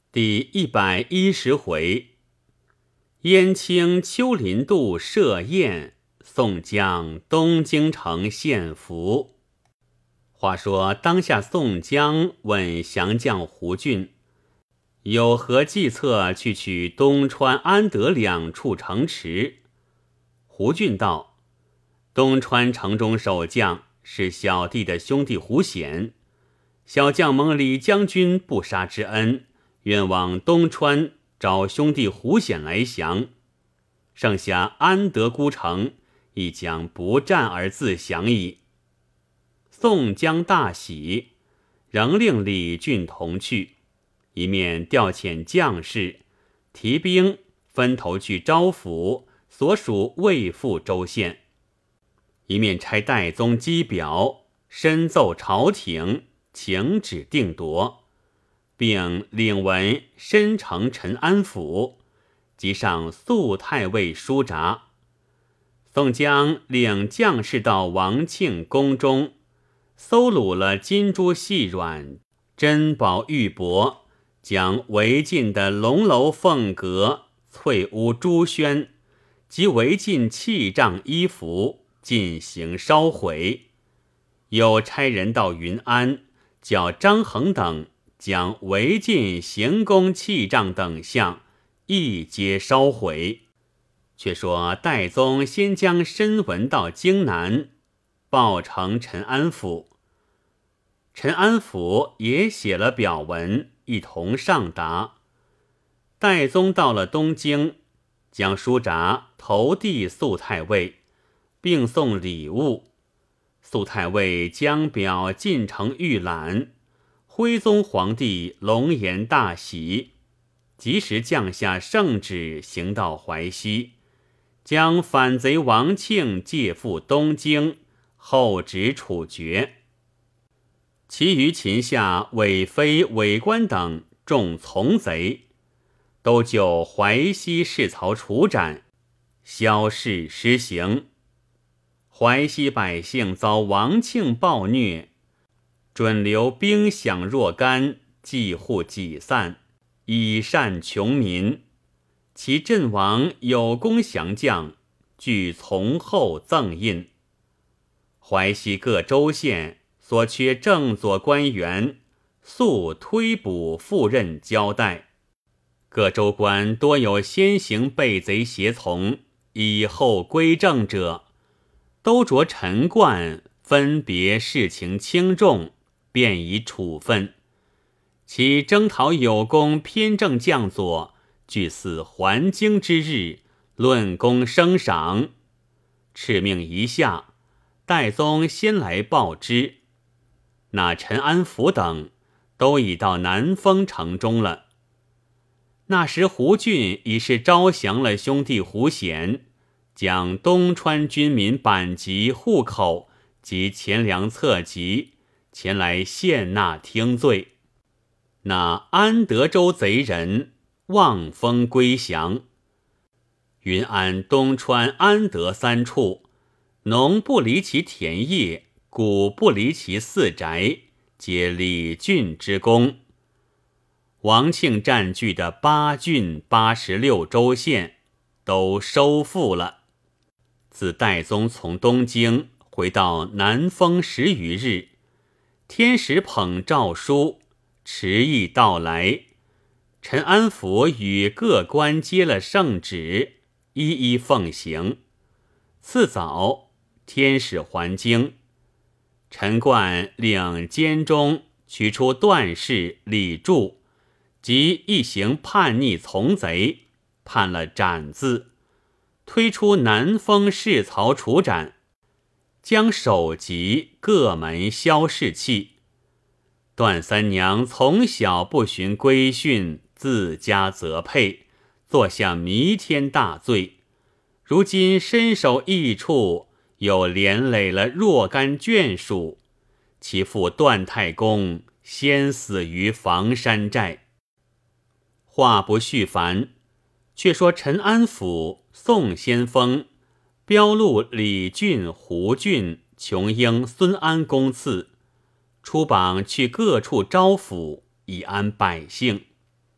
第110回，燕青丘陵渡设宴，宋江东京城献俘。话说当下宋江问降将胡俊，有何计策去取东川、安德两处城池？胡俊道：东川城中守将是小弟的兄弟胡显，小将蒙李将军不杀之恩，愿往东川找兄弟胡显来降。剩下安德孤城，亦将不战而自降矣。宋江大喜，仍令李俊同去，一面调遣将士提兵分头去招抚所属魏复州县，一面差戴宗机表申奏朝廷，请旨定夺，并领文申呈陈安府，即上肃太尉书札。宋江领将士到王庆宫中，搜掳了金珠细软、珍宝玉帛，将违禁的龙楼凤阁、翠屋朱轩及违禁器仗衣服进行烧毁。又差人到云安，叫张衡等将违禁行宫器仗等项一皆烧毁。却说戴宗先将申文到京南，报呈陈安府。陈安府也写了表文，一同上达。戴宗到了东京，将书札投递肃太尉，并送礼物。肃太尉将表进城预览，徽宗皇帝龙颜大喜，即时降下圣旨，行到淮西，将反贼王庆借赴东京，后旨处决。其余秦下韦妃、韦官等众从贼，都就淮西市曹处斩，萧氏施行。淮西百姓遭王庆暴虐，准留兵饷若干，济户己散，以善穷民。其阵亡有功降将，俱从后赠印。淮西各州县所缺正左官员，速推捕赴任交代。各州官多有先行被贼胁从，以后归正者，都着陈冠分别事情轻重，便以处分。其征讨有功偏正将佐，俱似还京之日，论功升赏。敕命一下，戴宗先来报之。那陈安府等都已到南丰城中了。那时胡俊已是招降了兄弟胡显，将东川军民版籍、户口及钱粮册籍前来献纳听罪。那安德州贼人望风归降。云安、东川、安德三处，农不离其田业，谷不离其四宅，皆李俊之功。王庆占据的8郡86州县都收复了。自戴宗从东京回到南丰10余日，天时捧诏书，迟议到来。陈安府与各官接了圣旨，一一奉行。次早，天使还京。陈冠令监中取出段氏、李柱及一行叛逆从贼，判了斩字，推出南丰市曹处斩，将首级各门消士气。段三娘从小不循规训，自家责配，做下弥天大罪，如今身首异处，又连累了若干眷属。其父段太公先死于房山寨。话不续繁，却说陈安府、宋先锋标录李俊、胡俊、琼英、孙安公赐，出榜去各处招抚，以安百姓。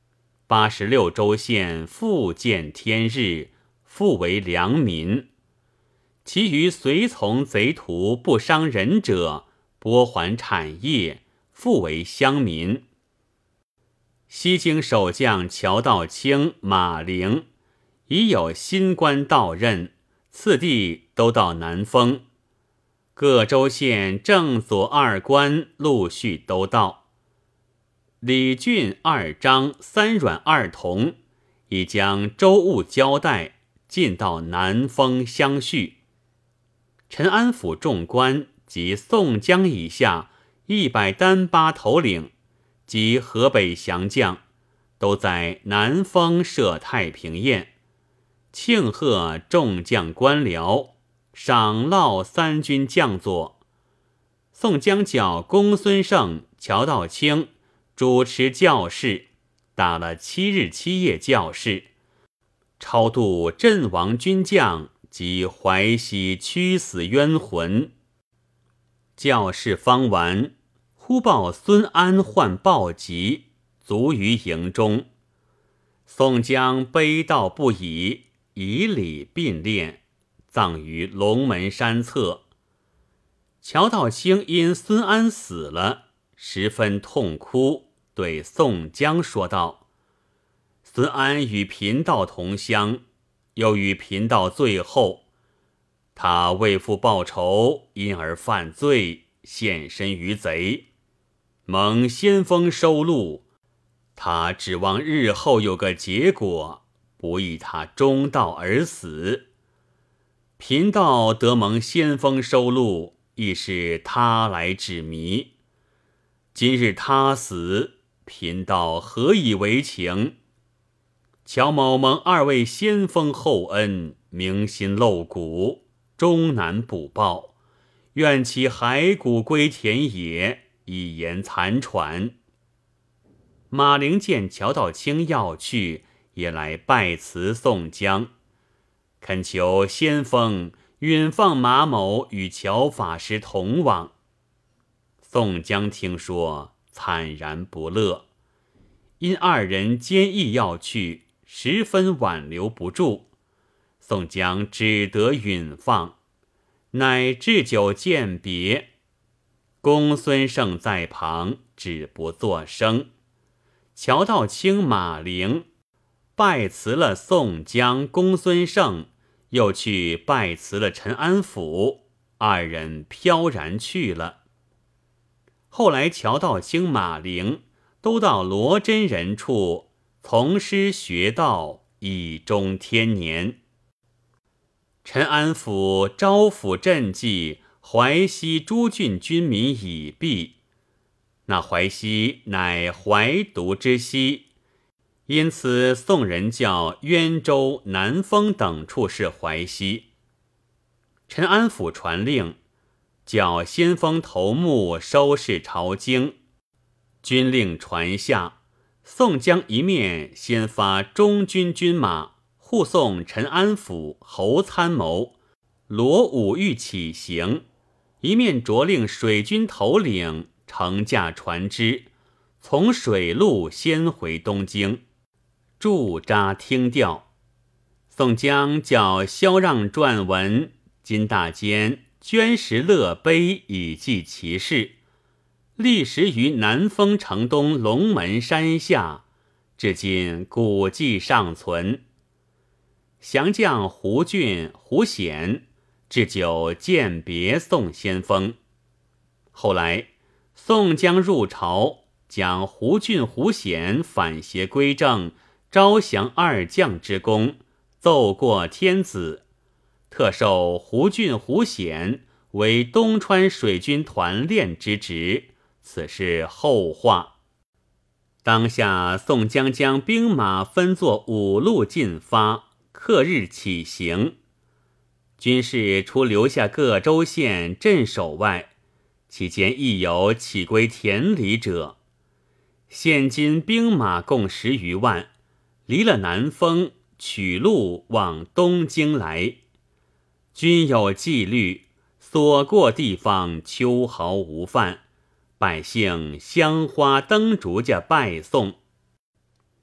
86州县复见天日，复为良民。其余随从贼徒不伤人者，拨还产业，复为乡民。西京守将乔道清、马陵已有新官到任，次第都到南丰。各州县正左二官陆续都到。李俊、二张、三阮、二童已将州务交代，进到南丰相续。陈安府众官及宋江以下100单八头领及河北降将，都在南丰设太平宴，庆贺众将官僚，赏烙三军将佐。宋江叫公孙胜、乔道清主持教示，打了7日7夜教示，超度阵亡军将及淮西屈死冤魂。教示方完，忽报孙安患暴疾，卒于营中。宋江悲悼不已，以礼并殓，葬于龙门山侧。乔道清因孙安死了，十分痛哭，对宋江说道：孙安与贫道同乡，又与贫道最后，他为父报仇，因而犯罪，献身于贼，蒙先锋收录，他指望日后有个结果，不意他中道而死。贫道得蒙先锋收录，亦是他来指迷。今日他死，贫道何以为情？乔某蒙二位先锋厚恩，铭心漏骨，终难补报，愿其骸骨归田野，以言残喘。马陵见乔道清要去，也来拜辞宋江，恳求先锋允放马某与乔法师同往。宋江听说，惨然不乐，因二人坚毅要去，十分挽留不住，宋江只得允放，乃置酒饯别。公孙胜在旁，只不作声。乔道清、马陵拜辞了宋江、公孙胜，又去拜辞了陈安府，二人飘然去了。后来乔道清、马陵都到罗真人处从师学道，以终天年。陈安府招抚赈济淮西诸郡军民已毕，那淮西乃淮毒之西，因此宋人叫渊州、南丰等处是淮西。陈安府传令，叫先锋头目收拾朝京。军令传下，宋江一面先发中军军马护送陈安府侯参谋罗武玉起行，一面着令水军头领乘驾船只，从水路先回东京，驻扎听调。宋江叫萧让撰文，金大坚捐石勒碑以记其事，历时于南丰城东龙门山下，至今古迹尚存。降将胡俊、胡显置酒饯别宋先锋。后来宋江入朝，将胡俊、胡显反邪归正、招降二将之功奏过天子，特授胡俊、胡显为东川水军团练之职，此是后话。当下宋江将兵马分作5路进发，刻日起行。军士除留下各州县镇守外，其间亦有起归田里者。现今兵马共10余万，离了南丰，取路往东京来。均有纪律，所过地方秋毫无犯，百姓香花灯烛家拜送。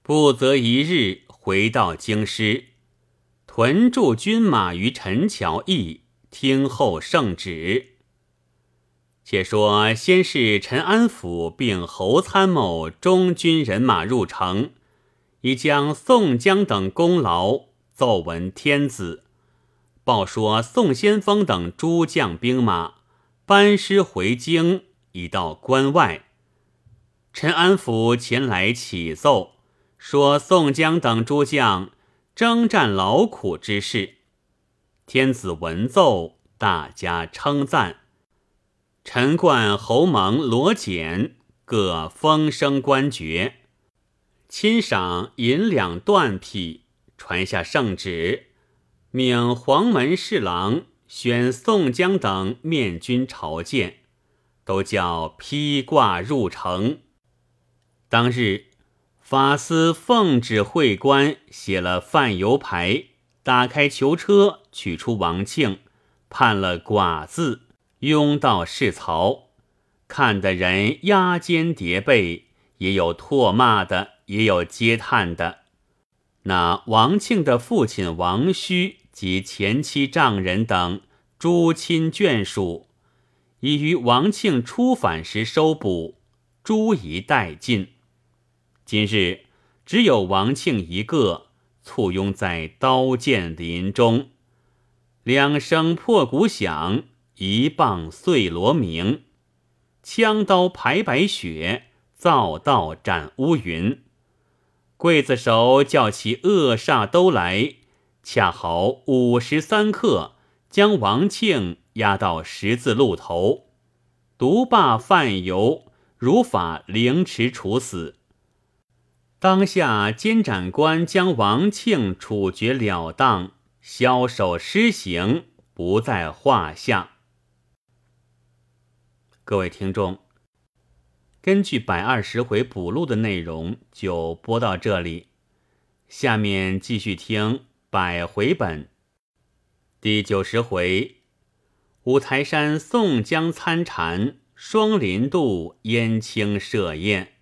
不择一日回到京师，屯驻军马于陈桥驿，听候圣旨。且说先是陈安抚并侯参谋中军人马入城，已将宋江等功劳奏闻天子，报说宋先锋等诸将兵马班师回京，已到关外。陈安抚前来启奏，说宋江等诸将征战劳苦之事。天子闻奏，大加称赞。陈冠、侯蒙、罗简各封升官爵，亲赏银两缎匹，传下圣旨，命黄门侍郎选宋江等面君朝见，都叫披挂入城。当日法司奉旨会官写了范邮牌，打开囚车，取出王庆，判了寡字，拥到市曹。看的人压肩叠背，也有唾骂的，也有嗟叹的。那王庆的父亲王须及前妻丈人等诸亲眷属，已于王庆出返时收捕，诸已殆尽。今日只有王庆一个，簇拥在刀剑林中，两声破鼓响，一棒碎锣鸣，枪刀排白雪，灶道斩乌云。刽子手叫其恶煞都来，恰好53刻，将王庆押到十字路头，独罢范邮，如法凌迟处死。当下监斩官将王庆处决了当，枭首施行，不在话下。各位听众，根据120回补录的内容就播到这里，下面继续听百回本第90回，五台山宋江参禅，双林渡燕青设宴。